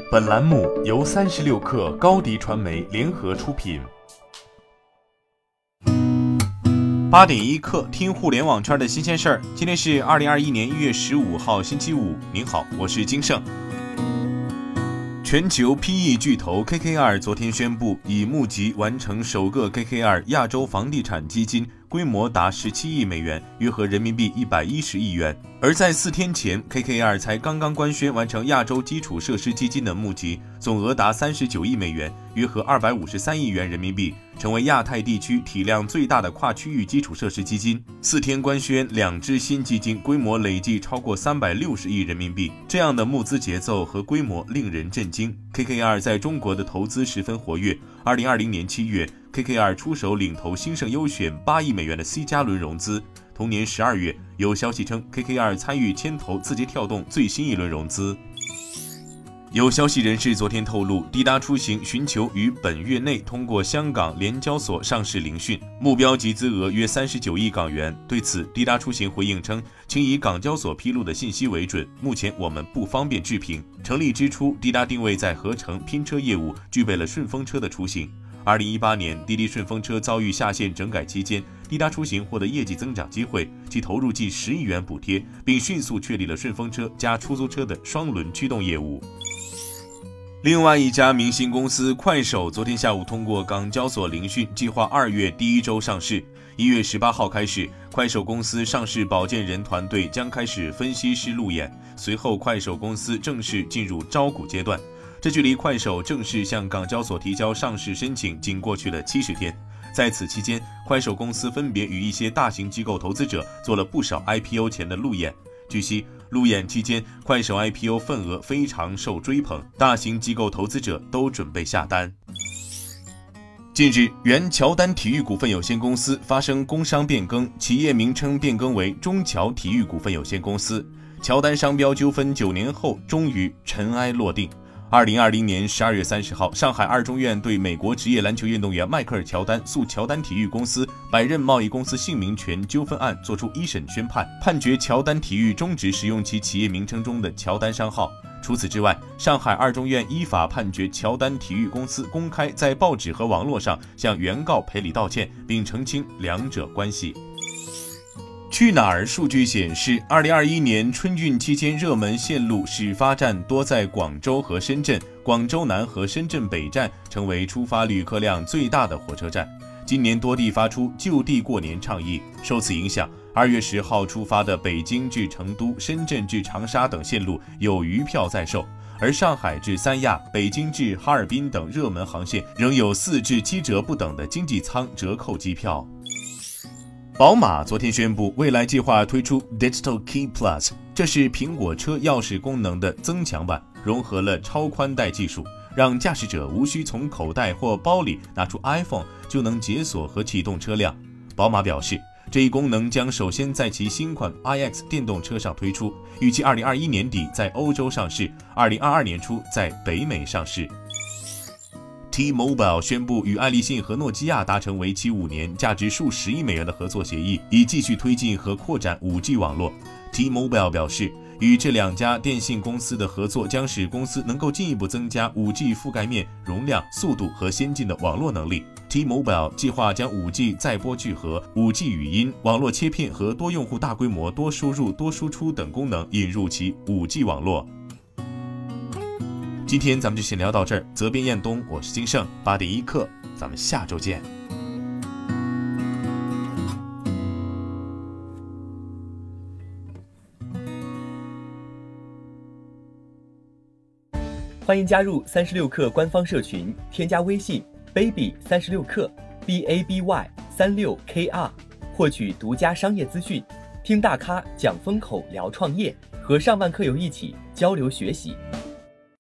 本栏目由36氪高低传媒联合出品。8点1刻，听互联网圈的新鲜事儿。今天是2021年1月15号，星期五。您好，我是金盛。全球 PE 巨头 KKR 昨天宣布，已募集完成首个 KKR 亚洲房地产基金，规模达17亿美元，约合人民币110亿元。而在4天前 ，KKR 才刚刚官宣完成亚洲基础设施基金的募集，总额达39亿美元，约合253亿元人民币，成为亚太地区体量最大的跨区域基础设施基金。4天官宣2支新基金，规模累计超过360亿人民币，这样的募资节奏和规模令人震惊。KKR 在中国的投资十分活跃。2020年7月 ，KKR 出手领投兴盛优选8亿美元的 C 加轮融资。同年12月，有消息称 KKR 参与牵头字节跳动最新一轮融资。有消息人士昨天透露，滴答出行寻求于本月内通过香港联交所上市聆讯，目标集资额约39亿港元。对此，滴答出行回应称，请以港交所披露的信息为准，目前我们不方便置评。成立之初，滴答定位在合成拼车业务，具备了顺风车的雏形。2018年，滴滴顺风车遭遇下线整改期间，滴答出行获得业绩增长机会，其投入近10亿元补贴，并迅速确立了顺风车加出租车的双轮驱动业务。另外一家明星公司快手昨天下午通过港交所聆讯，计划2月第一周上市。1月18号开始，快手公司上市保荐人团队将开始分析师路演，随后快手公司正式进入招股阶段。这距离快手正式向港交所提交上市申请仅过去了70天。在此期间，快手公司分别与一些大型机构投资者做了不少 IPO 前的路演。据悉，路演期间，快手 IPO 份额非常受追捧，大型机构投资者都准备下单。近日，原乔丹体育股份有限公司发生工商变更，企业名称变更为中乔体育股份有限公司。乔丹商标纠纷9年后终于尘埃落定。2020年12月30号，上海二中院对美国职业篮球运动员迈克尔·乔丹诉乔丹体育公司百任贸易公司姓名权纠纷案作出一审宣判，判决乔丹体育终止使用其企业名称中的乔丹商号。除此之外，上海二中院依法判决乔丹体育公司公开在报纸和网络上向原告赔礼道歉，并澄清两者关系。去哪儿数据显示，2021年春运期间热门线路始发站多在广州和深圳，广州南和深圳北站成为出发旅客量最大的火车站。今年多地发出就地过年倡议，受此影响，2月10号出发的北京至成都、深圳至长沙等线路有余票在售，而上海至三亚、北京至哈尔滨等热门航线仍有4至7折不等的经济舱折扣机票。宝马昨天宣布，未来计划推出 Digital Key Plus， 这是苹果车钥匙功能的增强版，融合了超宽带技术，让驾驶者无需从口袋或包里拿出 iPhone 就能解锁和启动车辆。宝马表示，这一功能将首先在其新款 iX 电动车上推出，预计2021年底在欧洲上市，2022年初在北美上市。T-Mobile 宣布与爱立信和诺基亚达成为期5年、价值数十亿美元的合作协议，以继续推进和扩展 5G 网络。T-Mobile 表示，与这2家电信公司的合作将使公司能够进一步增加 5G 覆盖面、容量、速度和先进的网络能力。T-Mobile 计划将 5G 载波聚合、5G 语音、网络切片和多用户大规模多输入多输出等功能引入其 5G 网络。今天咱们就先聊到这儿，责编彦东，我是金盛，8点1刻，咱们下周见。 欢迎加入36氪官方社群，添加微信 baby36氪 BABY36KR， 获取独家商业资讯，听大咖讲风口，聊创业，和上万客友一起交流学习。